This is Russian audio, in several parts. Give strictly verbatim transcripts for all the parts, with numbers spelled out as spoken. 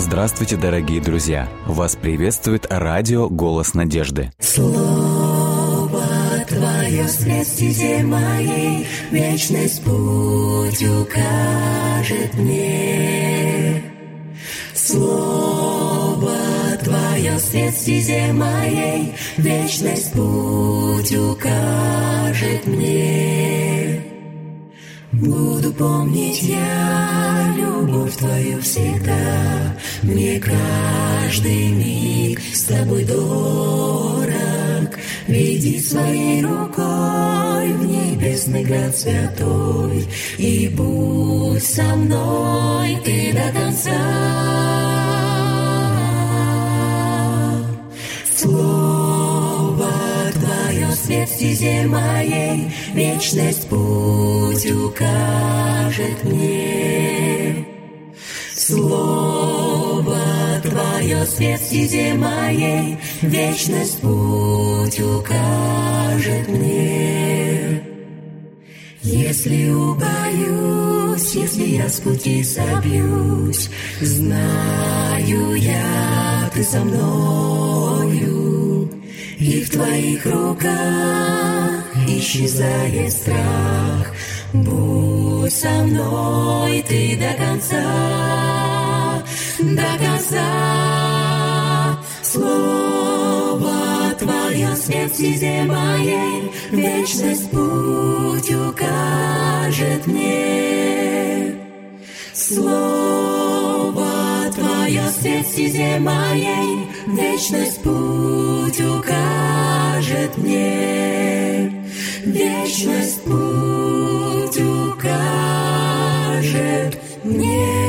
Здравствуйте, дорогие друзья! Вас приветствует радио «Голос надежды». Слово Твое свет стезе моей, вечность путь укажет мне. Слово Твое свет стезе моей, вечность путь укажет мне. Буду помнить я любовь Твою всегда, мне каждый миг с Тобой дорог. Веди своей рукой в небесный град святой, и будь со мной Ты до конца. Слово Твое свет стезе моей, вечность путь укажет мне. Слово Твое свет стезе моей, вечность путь укажет мне. Если убоюсь, если я с пути собьюсь, знаю я, Ты со мною, и в Твоих руках исчезает страх. Будь со мной Ты до конца, до конца. Слово Твое свет стезе моей, вечность путь укажет мне. Слово Твое свет стезе моей, вечность путь укажет мне. Вечность путь укажет мне.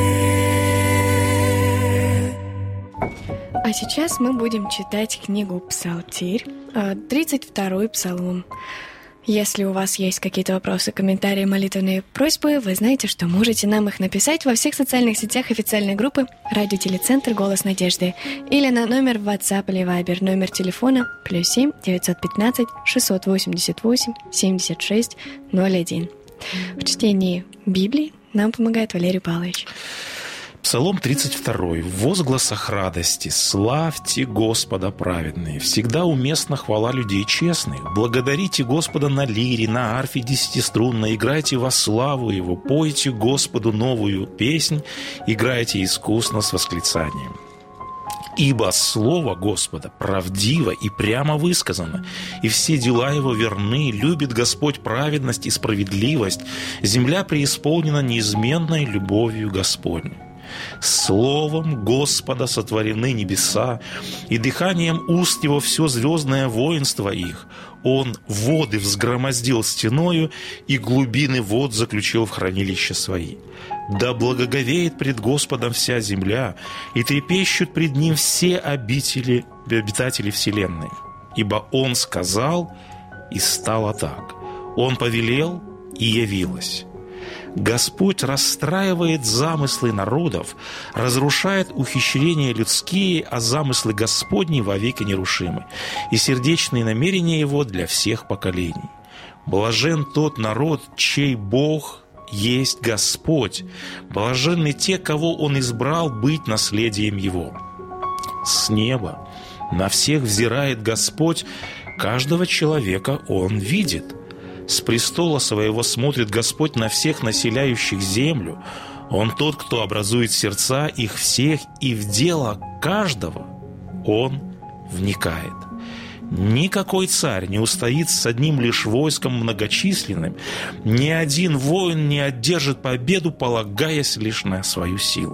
А сейчас мы будем читать книгу «Псалтирь», тридцать второй псалом. Если у вас есть какие-то вопросы, комментарии, молитвенные просьбы, вы знаете, что можете нам их написать во всех социальных сетях официальной группы «Радиотелецентр Голос Надежды» или на номер WhatsApp или Viber, номер телефона плюс семь девятьсот пятнадцать шестьсот восемьдесят восемь семьдесят шесть ноль один. В чтении Библии нам помогает Валерий Павлович. Псалом тридцать второй. В возгласах радости славьте Господа праведные. Всегда уместна хвала людей честных. Благодарите Господа на лире, на арфе десятиструнной. Играйте во славу Его. Пойте Господу новую песнь. Играйте искусно с восклицанием. Ибо слово Господа правдиво и прямо высказано, и все дела Его верны. Любит Господь праведность и справедливость. Земля преисполнена неизменной любовью Господней. Словом Господа сотворены небеса, и дыханием уст Его все звездное воинство их. Он воды взгромоздил стеною, и глубины вод заключил в хранилища свои. Да благоговеет пред Господом вся земля, и трепещут пред Ним все обители, обитатели вселенной. Ибо Он сказал, и стало так. Он повелел, и явилось. Господь расстраивает замыслы народов, разрушает ухищрения людские, а замыслы Господни вовеки нерушимы, и сердечные намерения Его для всех поколений. Блажен тот народ, чей Бог есть Господь, блаженны те, кого Он избрал быть наследием Его. С неба на всех взирает Господь, каждого человека Он видит. С престола своего смотрит Господь на всех населяющих землю. Он тот, кто образует сердца их всех, и в дело каждого Он вникает. Никакой царь не устоит с одним лишь войском многочисленным, ни один воин не одержит победу, полагаясь лишь на свою силу.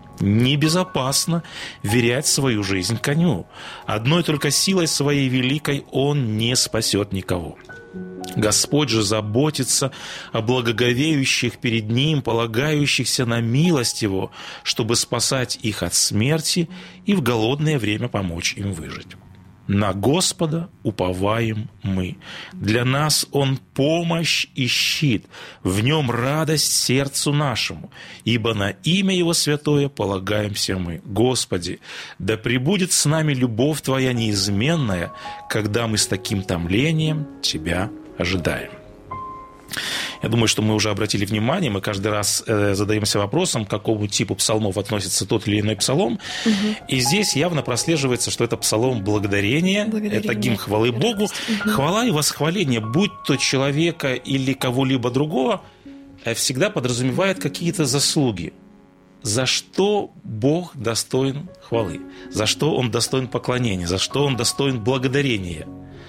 Небезопасно верять свою жизнь коню. Одной только силой своей великой он не спасет никого. Господь же заботится о благоговеющих перед Ним, полагающихся на милость Его, чтобы спасать их от смерти и в голодное время помочь им выжить. На Господа уповаем мы. Для нас Он помощь и щит, в Нем радость сердцу нашему, ибо на имя Его святое полагаемся мы. Господи, да пребудет с нами любовь Твоя неизменная, когда мы с таким томлением Тебя ожидаем. Я думаю, что мы уже обратили внимание, мы каждый раз э, задаемся вопросом, к какому типу псалмов относится тот или иной псалом. Угу. И здесь явно прослеживается, что это псалом благодарения, благодарения. Это гимн хвалы Богу. Угу. Хвала и восхваление, будь то человека или кого-либо другого, всегда подразумевает какие-то заслуги. За что Бог достоин хвалы, за что Он достоин поклонения, за что Он достоин благодарения,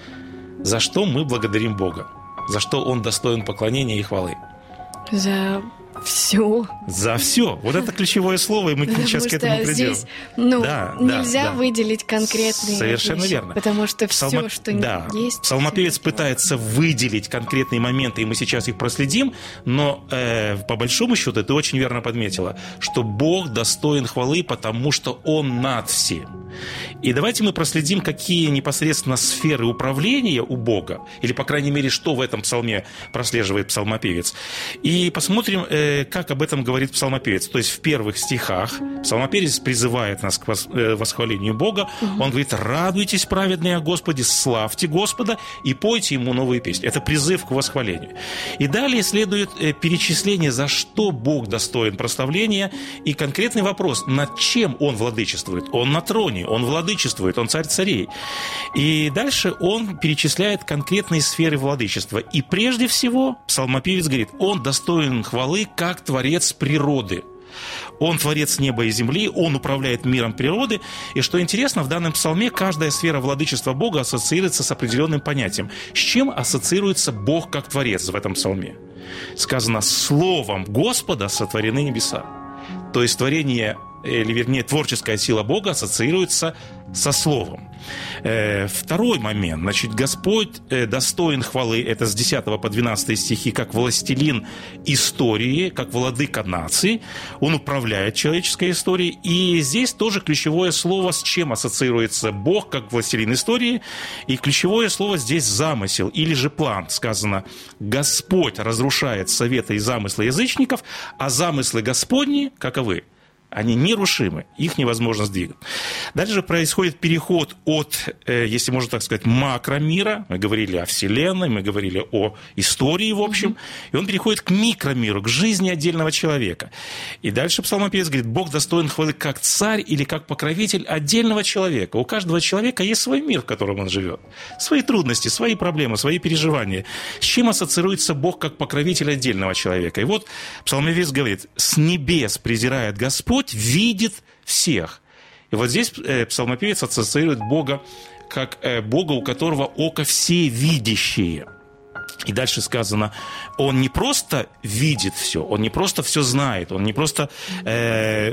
за что мы благодарим Бога, за что Он достоин поклонения и хвалы. За все. За все. Вот это ключевое слово, и мы потому сейчас к этому придем. Здесь, ну, да, нельзя да, выделить конкретные Совершенно вещи, верно. Потому что Псалмо... все, что да. есть... Псалмопевец пытается выделить конкретные моменты, и мы сейчас их проследим, но э, по большому счету ты очень верно подметила, что Бог достоин хвалы, потому что Он над всем. И давайте мы проследим, какие непосредственно сферы управления у Бога, или, по крайней мере, что в этом псалме прослеживает псалмопевец, и посмотрим, э, как об этом говорит псалмопевец. То есть в первых стихах псалмопевец призывает нас к восхвалению Бога. Угу. Он говорит: радуйтесь, праведные, о Господе, славьте Господа и пойте Ему новые песни. Это призыв к восхвалению. И далее следует перечисление, за что Бог достоин прославления, и конкретный вопрос: над чем Он владычествует? Он на троне, Он владычествует, Он царь царей. И дальше он перечисляет конкретные сферы владычества. И прежде всего псалмопевец говорит: Он достоин хвалы как творец природы. Он творец неба и земли, Он управляет миром природы. И что интересно, в данном псалме каждая сфера владычества Бога ассоциируется с определенным понятием. С чем ассоциируется Бог как творец в этом псалме? Сказано: словом Господа сотворены небеса. То есть творение, или вернее творческая сила Бога ассоциируется со словом. Второй момент. Значит, Господь достоин хвалы, это с десятого по двенадцатый стихи, как властелин истории, как владыка нации. Он управляет человеческой историей. И здесь тоже ключевое слово, с чем ассоциируется Бог, как властелин истории. И ключевое слово здесь замысел или же план. Сказано: Господь разрушает советы и замыслы язычников, а замыслы Господни каковы? Они нерушимы, их невозможно сдвинуть. Дальше происходит переход от, если можно так сказать, макромира. Мы говорили о Вселенной, мы говорили о истории, в общем. И он переходит к микромиру, к жизни отдельного человека. И дальше псалмопевец говорит: Бог достоин хвалы как царь или как покровитель отдельного человека. У каждого человека есть свой мир, в котором он живет. Свои трудности, свои проблемы, свои переживания. С чем ассоциируется Бог как покровитель отдельного человека? И вот псалмопевец говорит: с небес презирает Господь, видит всех. И вот здесь псалмопевец ассоциирует Бога как Бога, у которого око всевидящее. И дальше сказано: Он не просто видит все, Он не просто все знает, Он не просто э,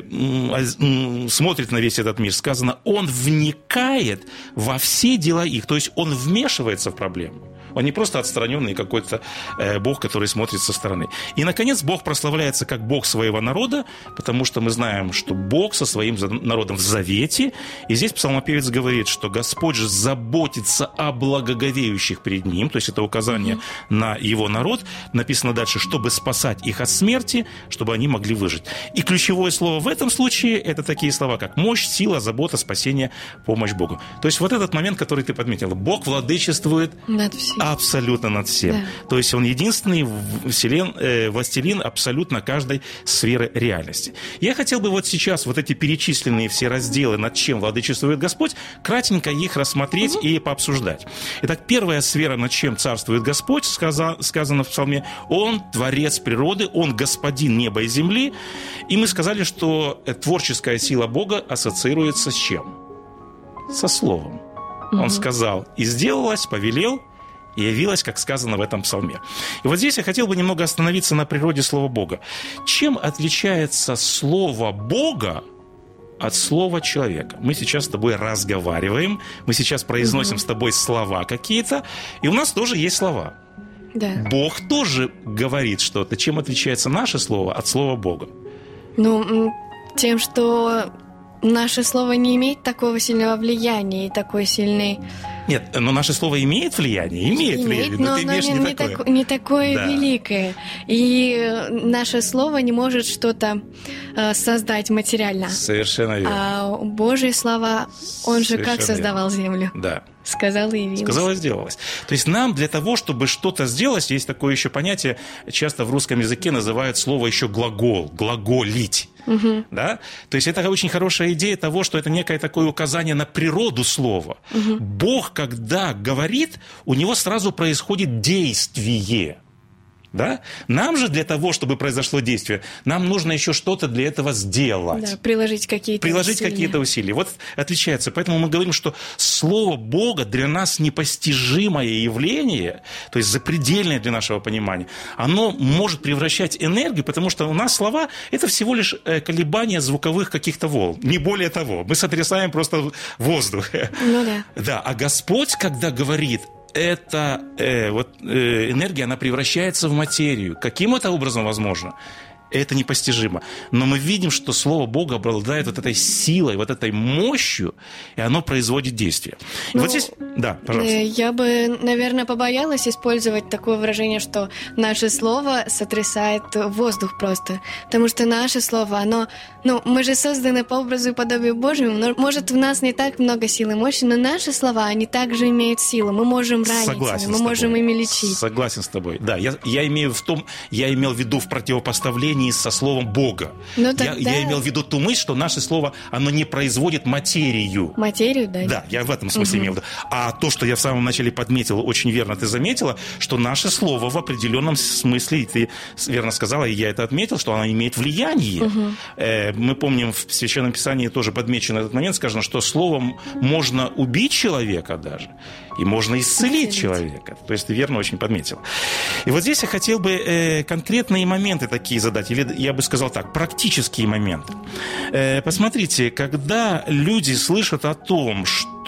смотрит на весь этот мир. Сказано: Он вникает во все дела их, то есть Он вмешивается в проблему. Он не просто отстраненный какой-то э, Бог, который смотрит со стороны. И, наконец, Бог прославляется как Бог своего народа, потому что мы знаем, что Бог со своим народом в завете. И здесь псалмопевец говорит, что Господь же заботится о благоговеющих перед Ним, то есть это указание mm-hmm. на Его народ. Написано дальше: чтобы спасать их от смерти, чтобы они могли выжить. И ключевое слово в этом случае – это такие слова, как мощь, сила, забота, спасение, помощь Богу. То есть вот этот момент, который ты подметила. Бог владычествует над всем. Абсолютно над всем. Да. То есть Он единственный вселен, э, властелин абсолютно каждой сферы реальности. Я хотел бы вот сейчас вот эти перечисленные все разделы, над чем владычествует Господь, кратенько их рассмотреть угу. и пообсуждать. Итак, первая сфера, над чем царствует Господь, сказано, сказано в псалме: Он творец природы, Он господин неба и земли. И мы сказали, что творческая сила Бога ассоциируется с чем? Со словом. Угу. Он сказал, и сделалось, повелел, и явилась, как сказано в этом псалме. И вот здесь я хотел бы немного остановиться на природе слова Бога. Чем отличается слово Бога от слова человека? Мы сейчас с тобой разговариваем, мы сейчас произносим угу. с тобой слова какие-то, и у нас тоже есть слова. Да. Бог тоже говорит что-то. Чем отличается наше слово от слова Бога? Ну, тем, что наше слово не имеет такого сильного влияния и такой сильной... Нет, но наше слово имеет влияние? Имеет, имеет влияние, но, но ты имеешь не, не такое. Так, не такое да. великое. И наше слово не может что-то э, создать материально. Совершенно верно. А Божьи слова, Он же Совершенно как создавал верно. землю? Да. сказала и явилась. Сказала и сделалась. То есть нам для того, чтобы что-то сделать, есть такое еще понятие, часто в русском языке называют слово еще глагол, глаголить. Угу. Да? То есть это очень хорошая идея того, что это некое такое указание на природу слова. Угу. Бог, когда говорит, у него сразу происходит действие. Да? Нам же для того, чтобы произошло действие, нам нужно еще что-то для этого сделать. Да, приложить какие-то приложить усилия. какие-то усилия. Вот отличается. Поэтому мы говорим, что Слово Бога для нас непостижимое явление, то есть запредельное для нашего понимания, оно может превращать энергию, потому что у нас слова – это всего лишь колебания звуковых каких-то волн. Не более того. Мы сотрясаем просто воздух. Ну да. Да, а Господь, когда говорит, эта э, вот, э, энергия, она превращается в материю. Каким это образом возможно? Это непостижимо. Но мы видим, что Слово Бога обладает вот этой силой, вот этой мощью, и оно производит действие. И ну, вот здесь... Да, пожалуйста. Я бы, наверное, побоялась использовать такое выражение, что наше слово сотрясает воздух просто. Потому что наше слово, оно... Ну, мы же созданы по образу и подобию Божьему. Может, в нас не так много силы и мощи, но наши слова, они также имеют силу. Мы можем ранить, Согласен мы можем ими лечить. Согласен с тобой. Да, я, я имею в том, я имел в виду в противопоставлении со словом Бога. Ну, тогда... я, я имел в виду ту мысль, что наше слово, оно не производит материю. Материю, да? Да, я в этом смысле угу. имел в виду. А то, что я в самом начале подметил, очень верно ты заметила, что наше слово в определенном смысле, и ты верно сказала, и я это отметил, что оно имеет влияние. Угу. Э, мы помним, в Священном Писании тоже подмечен этот момент, сказано, что словом можно убить человека даже, и можно исцелить, исцелить. человека. То есть ты верно очень подметил. И вот здесь я хотел бы э, конкретные моменты такие задать, или я бы сказал так, практические моменты. Э, посмотрите, когда люди слышат о том,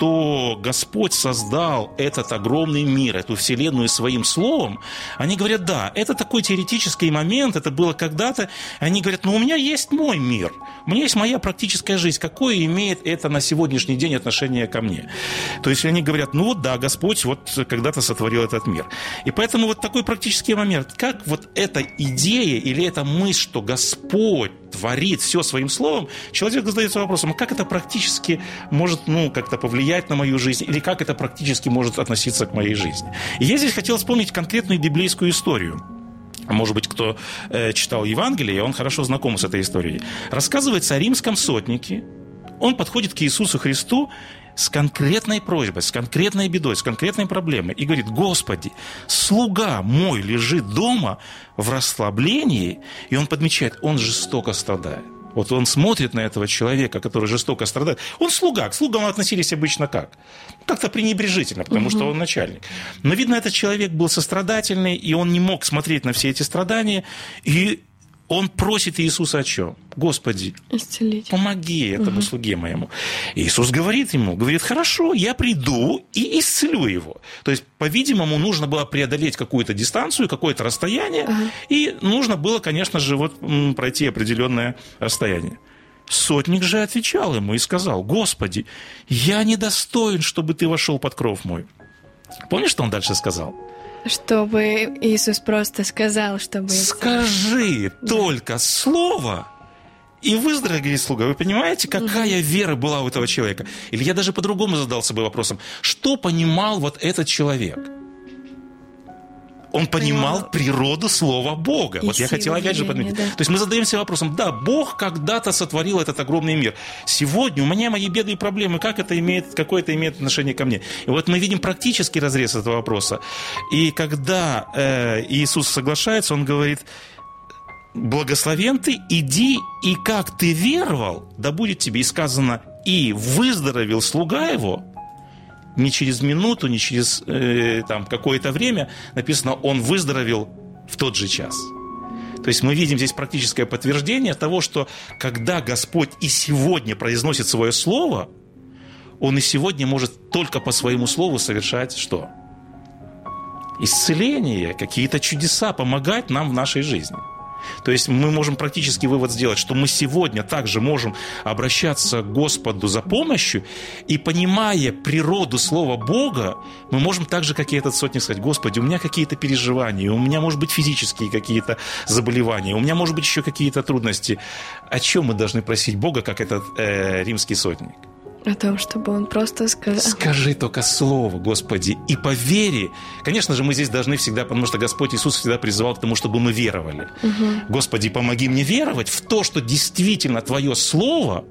что Господь создал этот огромный мир, эту вселенную своим словом, они говорят, да, это такой теоретический момент, это было когда-то, они говорят, ну у меня есть мой мир, у меня есть моя практическая жизнь, какое имеет это на сегодняшний день отношение ко мне? То есть они говорят, ну вот да, Господь вот когда-то сотворил этот мир. И поэтому вот такой практический момент, как вот эта идея или эта мысль, что Господь творит все своим словом, человек задается вопросом, а как это практически может, ну, как-то повлиять на мою жизнь, или как это практически может относиться к моей жизни. И я здесь хотел вспомнить конкретную библейскую историю. Может быть, кто э, читал Евангелие, он хорошо знаком с этой историей. Рассказывается о римском сотнике. Он подходит к Иисусу Христу с конкретной просьбой, с конкретной бедой, с конкретной проблемой и говорит, Господи, слуга мой лежит дома в расслаблении, и он подмечает, он жестоко страдает. Вот он смотрит на этого человека, который жестоко страдает. Он слуга, к слугам относились обычно как? Как-то пренебрежительно, потому угу. что он начальник. Но, видно, этот человек был сострадательный, и он не мог смотреть на все эти страдания, и он просит Иисуса о чем? Господи, исцелить. Помоги этому угу. слуге моему. И Иисус говорит ему, говорит, хорошо, я приду и исцелю его. То есть, по-видимому, нужно было преодолеть какую-то дистанцию, какое-то расстояние, ага. и нужно было, конечно же, вот, пройти определенное расстояние. Сотник же отвечал ему и сказал, Господи, я недостоин, чтобы ты вошел под кров мой. Помнишь, что он дальше сказал? Чтобы Иисус просто сказал, чтобы... Скажи да. только слово, и выздоровеет, говорит слуга. Вы понимаете, какая угу. вера была у этого человека? Или я даже по-другому задался бы вопросом. Что понимал вот этот человек? Он понимал природу слова Бога. И вот я хотел опять же подметить. Да. То есть мы задаемся вопросом, да, Бог когда-то сотворил этот огромный мир. Сегодня у меня мои беды и проблемы, как это имеет, какое это имеет отношение ко мне? И вот мы видим практический разрез этого вопроса. И когда э, Иисус соглашается, Он говорит, благословен ты, иди, и как ты веровал, да будет тебе. И сказано, и выздоровел слуга его. Не через минуту, не через э, там, какое-то время, написано, он выздоровел в тот же час. То есть мы видим здесь практическое подтверждение того, что когда Господь и сегодня произносит свое слово, Он и сегодня может только по своему слову совершать что? Исцеление, какие-то чудеса, помогать нам в нашей жизни. То есть мы можем практически вывод сделать, что мы сегодня также можем обращаться к Господу за помощью, и, понимая природу Слова Бога, мы можем так же, как и этот сотник, сказать, Господи, у меня какие-то переживания, у меня, может быть, физические какие-то заболевания, у меня, может быть, еще какие-то трудности. О чем мы должны просить Бога, как этот э, римский сотник? О том, чтобы он просто сказал. Скажи только слово, Господи, и по вере. Конечно же, мы здесь должны всегда, потому что Господь Иисус всегда призывал к тому, чтобы мы веровали. Угу. Господи, помоги мне веровать в то, что действительно Твое Слово,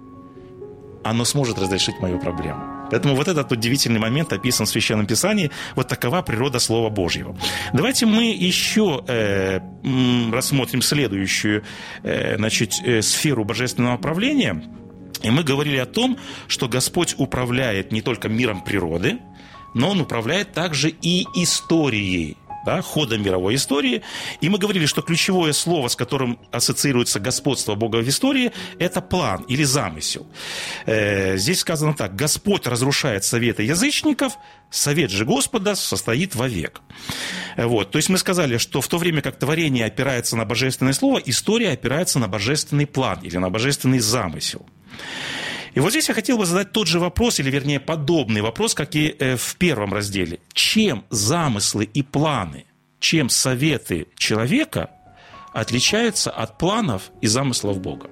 оно сможет разрешить мою проблему. Поэтому вот этот удивительный момент описан в Священном Писании. Вот такова природа Слова Божьего. Давайте мы еще э, рассмотрим следующую э, значит, э, сферу божественного правления. И мы говорили о том, что Господь управляет не только миром природы, но Он управляет также и историей, да, ходом мировой истории. И мы говорили, что ключевое слово, с которым ассоциируется господство Бога в истории, это план или замысел. Э, здесь сказано так: Господь разрушает советы язычников, совет же Господа состоит вовек. Вот. То есть мы сказали, что в то время как творение опирается на божественное слово, история опирается на божественный план или на божественный замысел. И вот здесь я хотел бы задать тот же вопрос, или вернее подобный вопрос, как и в первом разделе. Чем замыслы и планы, чем советы человека отличаются от планов и замыслов Бога?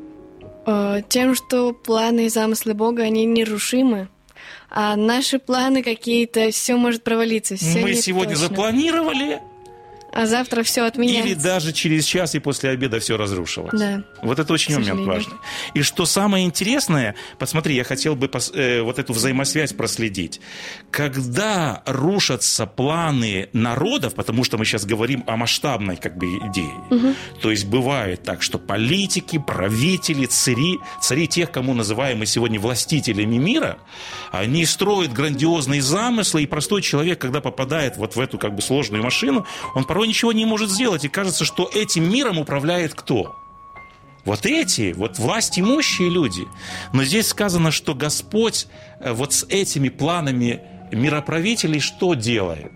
Тем, что планы и замыслы Бога, они нерушимы, а наши планы какие-то, все может провалиться. Все Мы сегодня точно запланировали, а завтра все отменяется. Или даже через час и после обеда все разрушилось. Да. Вот это очень момент важный. И что самое интересное, посмотри, я хотел бы пос, э, вот эту взаимосвязь проследить. Когда рушатся планы народов, потому что мы сейчас говорим о масштабной как бы идее, угу. То есть бывает так, что политики, правители, цари, цари тех, кому называем мы сегодня властителями мира, они строят грандиозные замыслы, и простой человек, когда попадает вот в эту как бы сложную машину, он порой ничего не может сделать, и кажется, что этим миром управляет кто? Вот эти, вот власть имущие люди. Но здесь сказано, что Господь вот с этими планами мироправителей что делает?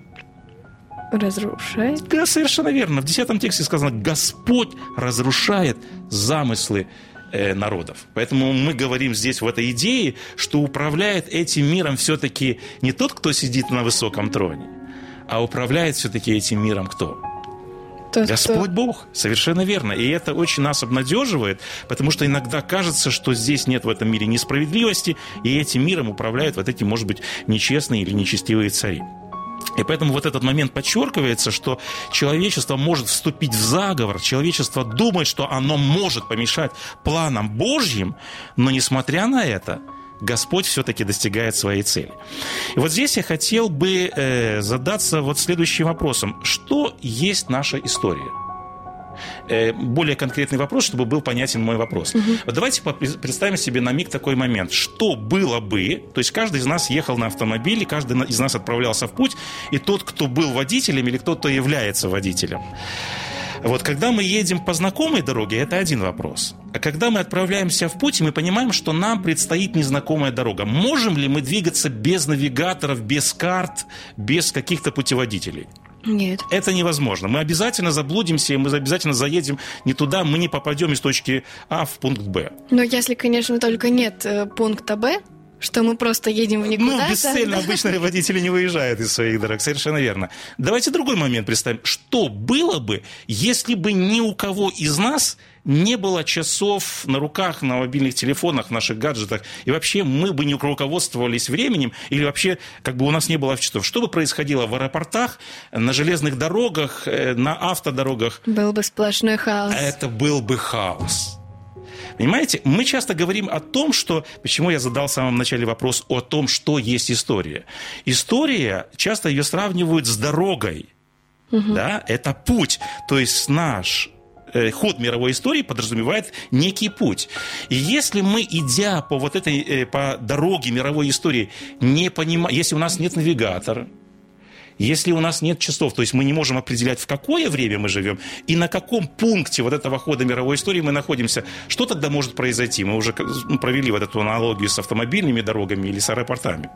Разрушает. Да, совершенно верно. В десятом тексте сказано: Господь разрушает замыслы э, народов. Поэтому мы говорим здесь в этой идее, что управляет этим миром все-таки не тот, кто сидит на высоком троне, а управляет все-таки этим миром кто? Тот, Господь кто... Бог, совершенно верно. И это очень нас обнадеживает, потому что иногда кажется, что здесь нет в этом мире несправедливости, и этим миром управляют вот эти, может быть, нечестные или нечестивые цари. И поэтому вот этот момент подчеркивается, что человечество может вступить в заговор, человечество думает, что оно может помешать планам Божьим, но несмотря на это, Господь все-таки достигает своей цели. И вот здесь я хотел бы э, задаться вот следующим вопросом. Что есть наша история? Э, более конкретный вопрос, чтобы был понятен мой вопрос. Угу. Вот давайте представим себе на миг такой момент. Что было бы, то есть каждый из нас ехал на автомобиле, каждый из нас отправлялся в путь, и тот, кто был водителем или кто-то является водителем. Вот когда мы едем по знакомой дороге, это один вопрос. А когда мы отправляемся в путь, мы понимаем, что нам предстоит незнакомая дорога. Можем ли мы двигаться без навигаторов, без карт, без каких-то путеводителей? Нет. Это невозможно. Мы обязательно заблудимся, и мы обязательно заедем не туда, мы не попадем из точки А в пункт Б. Но если, конечно, только нет э, пункта Б, что мы просто едем в никуда. Ну, бесцельно обычно водители не выезжают из своих дорог, совершенно верно. Давайте другой момент представим. Что было бы, если бы ни у кого из нас не было часов на руках, на мобильных телефонах, в наших гаджетах, и вообще мы бы не руководствовались временем, или вообще как бы у нас не было часов? Что бы происходило в аэропортах, на железных дорогах, на автодорогах? Был бы сплошной хаос. Это был бы хаос. Понимаете, мы часто говорим о том, что... Почему я задал в самом начале вопрос о том, что есть история. История, часто ее сравнивают с дорогой. Угу. Да? Это путь. То есть наш э, ход мировой истории подразумевает некий путь. И если мы, идя по вот этой э, по дороге мировой истории, не понимаем... Если у нас нет навигатора, если у нас нет часов, то есть мы не можем определять, в какое время мы живем и на каком пункте вот этого хода мировой истории мы находимся, что тогда может произойти? Мы уже провели вот эту аналогию с автомобильными дорогами или с аэропортами.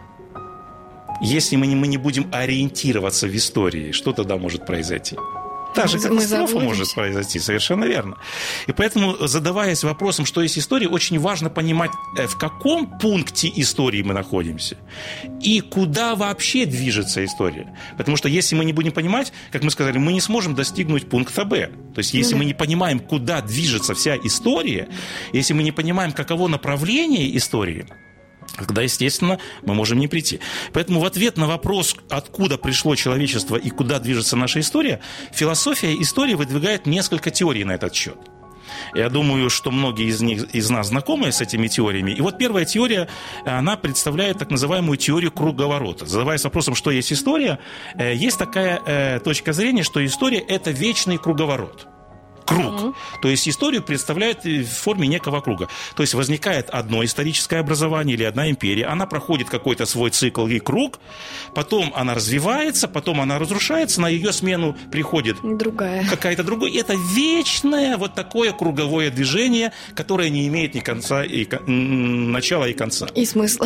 Если мы не, мы не будем ориентироваться в истории, что тогда может произойти? Та же Мы катастрофа может произойти, совершенно верно. И поэтому, задаваясь вопросом, что есть история, очень важно понимать, в каком пункте истории мы находимся и куда вообще движется история. Потому что если мы не будем понимать, как мы сказали, мы не сможем достигнуть пункта Б. То есть если мы не понимаем, куда движется вся история, если мы не понимаем, каково направление истории, тогда, естественно, мы можем не прийти. Поэтому в ответ на вопрос, откуда пришло человечество и куда движется наша история, философия истории выдвигает несколько теорий на этот счет. Я думаю, что многие из них, из нас знакомы с этими теориями. И вот первая теория, она представляет так называемую теорию круговорота. Задаваясь вопросом, что есть история, есть такая точка зрения, что история – это вечный круговорот. Круг. Mm-hmm. То есть историю представляет в форме некого круга. То есть возникает одно историческое образование или одна империя, она проходит какой-то свой цикл и круг, потом она развивается, потом она разрушается, на ее смену приходит другая. Какая-то другая. И это вечное вот такое круговое движение, которое не имеет ни конца и начала и конца. И смысла.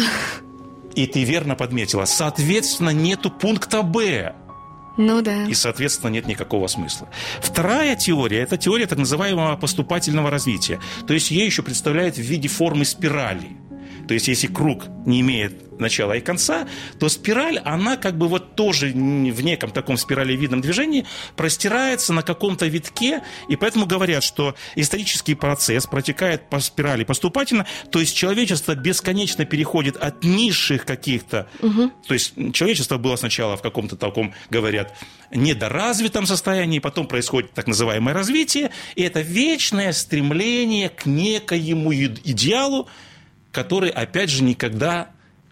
И ты верно подметила. Соответственно, нету пункта Б. Ну да. И, соответственно, нет никакого смысла. Вторая теория – это теория так называемого поступательного развития. То есть ее еще представляют в виде формы спирали. То есть если круг не имеет начала и конца, то спираль, она как бы вот тоже в неком таком спиралевидном движении простирается на каком-то витке, и поэтому говорят, что исторический процесс протекает по спирали поступательно, то есть человечество бесконечно переходит от низших каких-то, угу. То есть человечество было сначала в каком-то таком, говорят, недоразвитом состоянии, потом происходит так называемое развитие, и это вечное стремление к некоему идеалу, который, опять же, никогда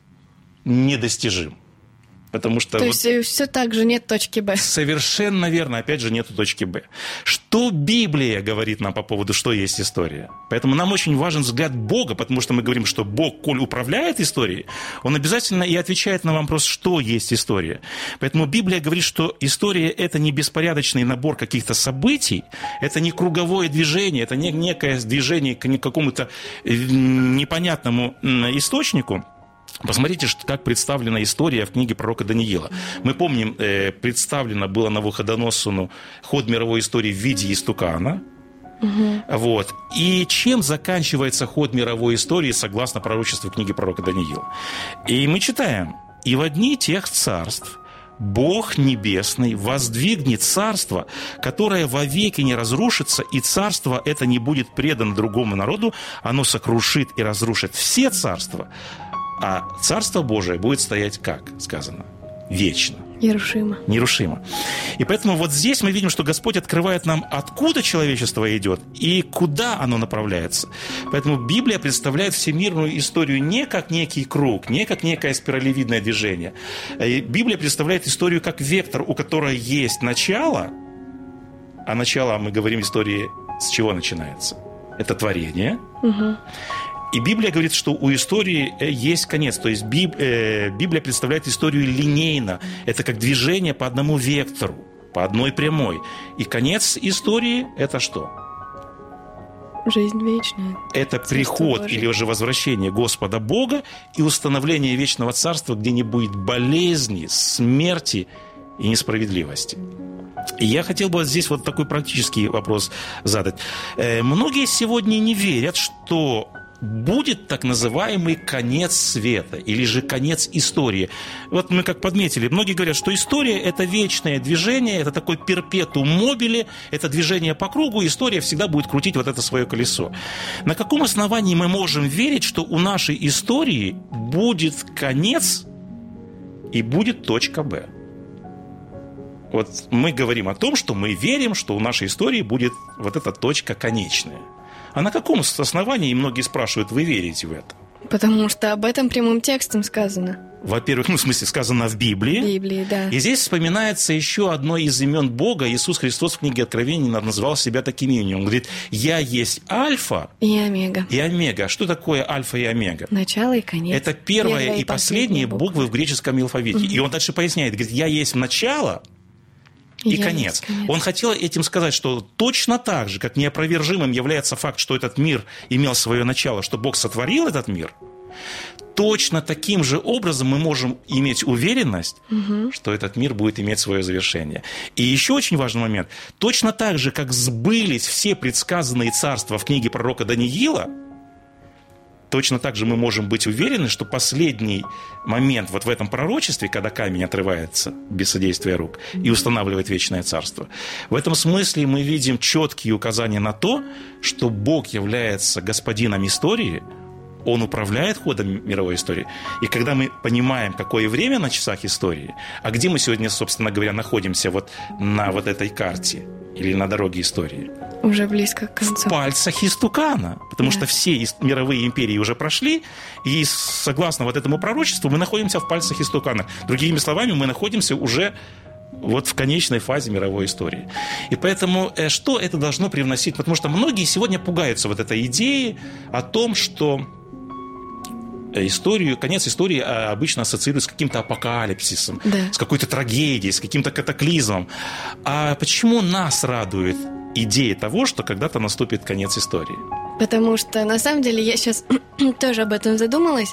недостижим. Потому что То вот есть все так же нет точки Б. Совершенно верно, опять же, нету точки Б. Что Библия говорит нам по поводу, что есть история? Поэтому нам очень важен взгляд Бога, потому что мы говорим, что Бог, коль управляет историей, Он обязательно и отвечает на вопрос, что есть история. Поэтому Библия говорит, что история – это не беспорядочный набор каких-то событий, это не круговое движение, это не некое движение к какому-то непонятному источнику. Посмотрите, как представлена история в книге пророка Даниила. Мы помним, представлено было Навуходоносору ход мировой истории в виде истукана. Угу. Вот. И чем заканчивается ход мировой истории согласно пророчеству книги пророка Даниила? И мы читаем: «И во дни тех царств Бог Небесный воздвигнет царство, которое вовеки не разрушится, и царство это не будет предано другому народу, оно сокрушит и разрушит все царства». А Царство Божие будет стоять, как сказано, вечно. Нерушимо. Нерушимо. И поэтому вот здесь мы видим, что Господь открывает нам, откуда человечество идет и куда оно направляется. Поэтому Библия представляет всемирную историю не как некий круг, не как некое спиралевидное движение. Библия представляет историю как вектор, у которого есть начало, а начало, мы говорим, истории с чего начинается? Это творение. Угу. И Библия говорит, что у истории есть конец. То есть Библия представляет историю линейно. Это как движение по одному вектору, по одной прямой. И конец истории – это что? Жизнь вечная. Это приход или уже возвращение Господа Бога и установление вечного царства, где не будет болезни, смерти и несправедливости. И я хотел бы здесь вот такой практический вопрос задать. Многие сегодня не верят, что будет так называемый конец света или же конец истории. Вот мы как подметили, многие говорят, что история – это вечное движение, это такой перпетум мобили, это движение по кругу, история всегда будет крутить вот это свое колесо. На каком основании мы можем верить, что у нашей истории будет конец и будет точка Б? Вот мы говорим о том, что мы верим, что у нашей истории будет вот эта точка конечная. А на каком основании, и многие спрашивают, вы верите в это? Потому что об этом прямым текстом сказано. Во-первых, ну, в смысле, сказано в Библии. В Библии, да. И здесь вспоминается еще одно из имен Бога. Иисус Христос в книге Откровений назвал себя таким именем. Он говорит: «Я есть Альфа и Омега». И Омега. Что такое Альфа и Омега? Начало и конец. Это первая, первая и, и последняя буквы. буквы в греческом алфавите. Угу. И он дальше поясняет, говорит: «Я есть начало и конец». конец. Он хотел этим сказать, что точно так же, как неопровержимым является факт, что этот мир имел свое начало, что Бог сотворил этот мир, точно таким же образом мы можем иметь уверенность, угу. что этот мир будет иметь свое завершение. И еще очень важный момент. Точно так же, как сбылись все предсказанные царства в книге пророка Даниила, точно так же мы можем быть уверены, что последний момент вот в этом пророчестве, когда камень отрывается без содействия рук и устанавливает вечное царство, в этом смысле мы видим четкие указания на то, что Бог является господином истории, Он управляет ходом мировой истории. И когда мы понимаем, какое время на часах истории, а где мы сегодня, собственно говоря, находимся вот на вот этой карте или на дороге истории? Уже близко к концу. В пальцах истукана. Потому да. что все мировые империи уже прошли, и согласно вот этому пророчеству мы находимся в пальцах истукана. Другими словами, мы находимся уже вот в конечной фазе мировой истории. И поэтому что это должно привносить? Потому что многие сегодня пугаются вот этой идеи о том, что историю, конец истории обычно ассоциируют с каким-то апокалипсисом, да. с какой-то трагедией, с каким-то катаклизмом. А почему нас радует идея того, что когда-то наступит конец истории? Потому что, на самом деле, я сейчас тоже об этом задумалась.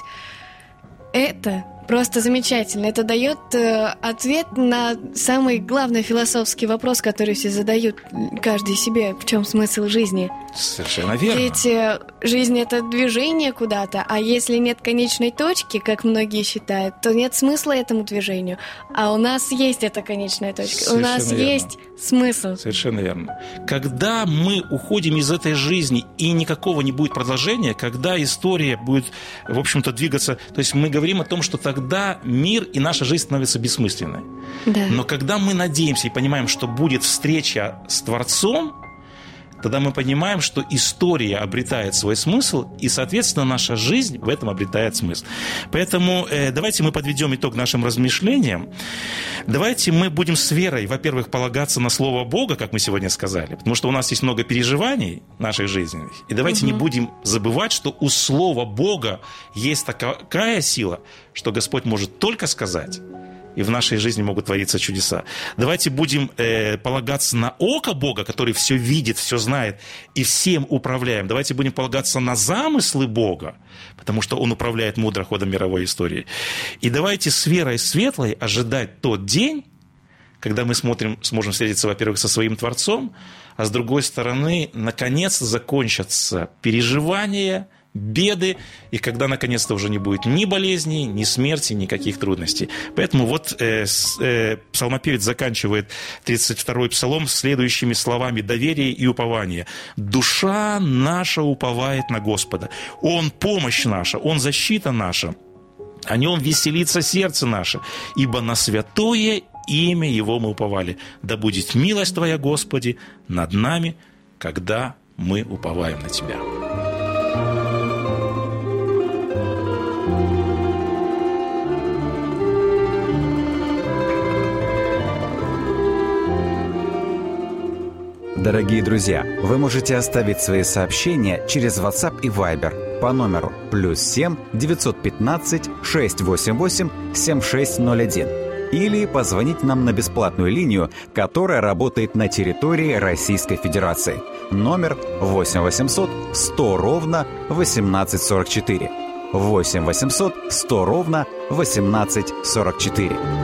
Это просто замечательно. Это дает э, ответ на самый главный философский вопрос, который все задают, каждый себе, в чем смысл жизни. Совершенно верно. Ведь э, жизнь – это движение куда-то, а если нет конечной точки, как многие считают, то нет смысла этому движению. А у нас есть эта конечная точка. Совершенно у нас верно. Есть смысл. Совершенно верно. Когда мы уходим из этой жизни и никакого не будет продолжения, когда история будет, в общем-то, двигаться, то есть мы говорим о том, что тогда мир и наша жизнь становятся бессмысленной. Да. Но когда мы надеемся и понимаем, что будет встреча с Творцом, тогда мы понимаем, что история обретает свой смысл, и, соответственно, наша жизнь в этом обретает смысл. Поэтому э, давайте мы подведем итог нашим размышлениям. Давайте мы будем с верой, во-первых, полагаться на Слово Бога, как мы сегодня сказали, потому что у нас есть много переживаний в нашей жизни. И давайте угу. не будем забывать, что у Слова Бога есть такая сила, что Господь может только сказать, и в нашей жизни могут твориться чудеса. Давайте будем э, полагаться на око Бога, который все видит, все знает и всем управляем. Давайте будем полагаться на замыслы Бога, потому что Он управляет мудро ходом мировой истории. И давайте с верой светлой ожидать тот день, когда мы смотрим, сможем встретиться, во-первых, со своим Творцом, а с другой стороны, наконец закончатся переживания, беды, и когда наконец-то уже не будет ни болезней, ни смерти, никаких трудностей. Поэтому вот э, э, псалмопевец заканчивает тридцать второй псалом следующими словами доверия и упования. «Душа наша уповает на Господа, Он помощь наша, Он защита наша, о Нем веселится сердце наше, ибо на святое имя Его мы уповали. Да будет милость Твоя, Господи, над нами, когда мы уповаем на Тебя». Дорогие друзья, вы можете оставить свои сообщения через WhatsApp и Viber по номеру плюс семь девятьсот пятнадцать шестьсот восемьдесят восемь семьдесят шесть ноль один или позвонить нам на бесплатную линию, которая работает на территории Российской Федерации. Номер восемь восемьсот сто ровно восемнадцать сорок четыре. восемь восемьсот сто ровно восемнадцать сорок четыре.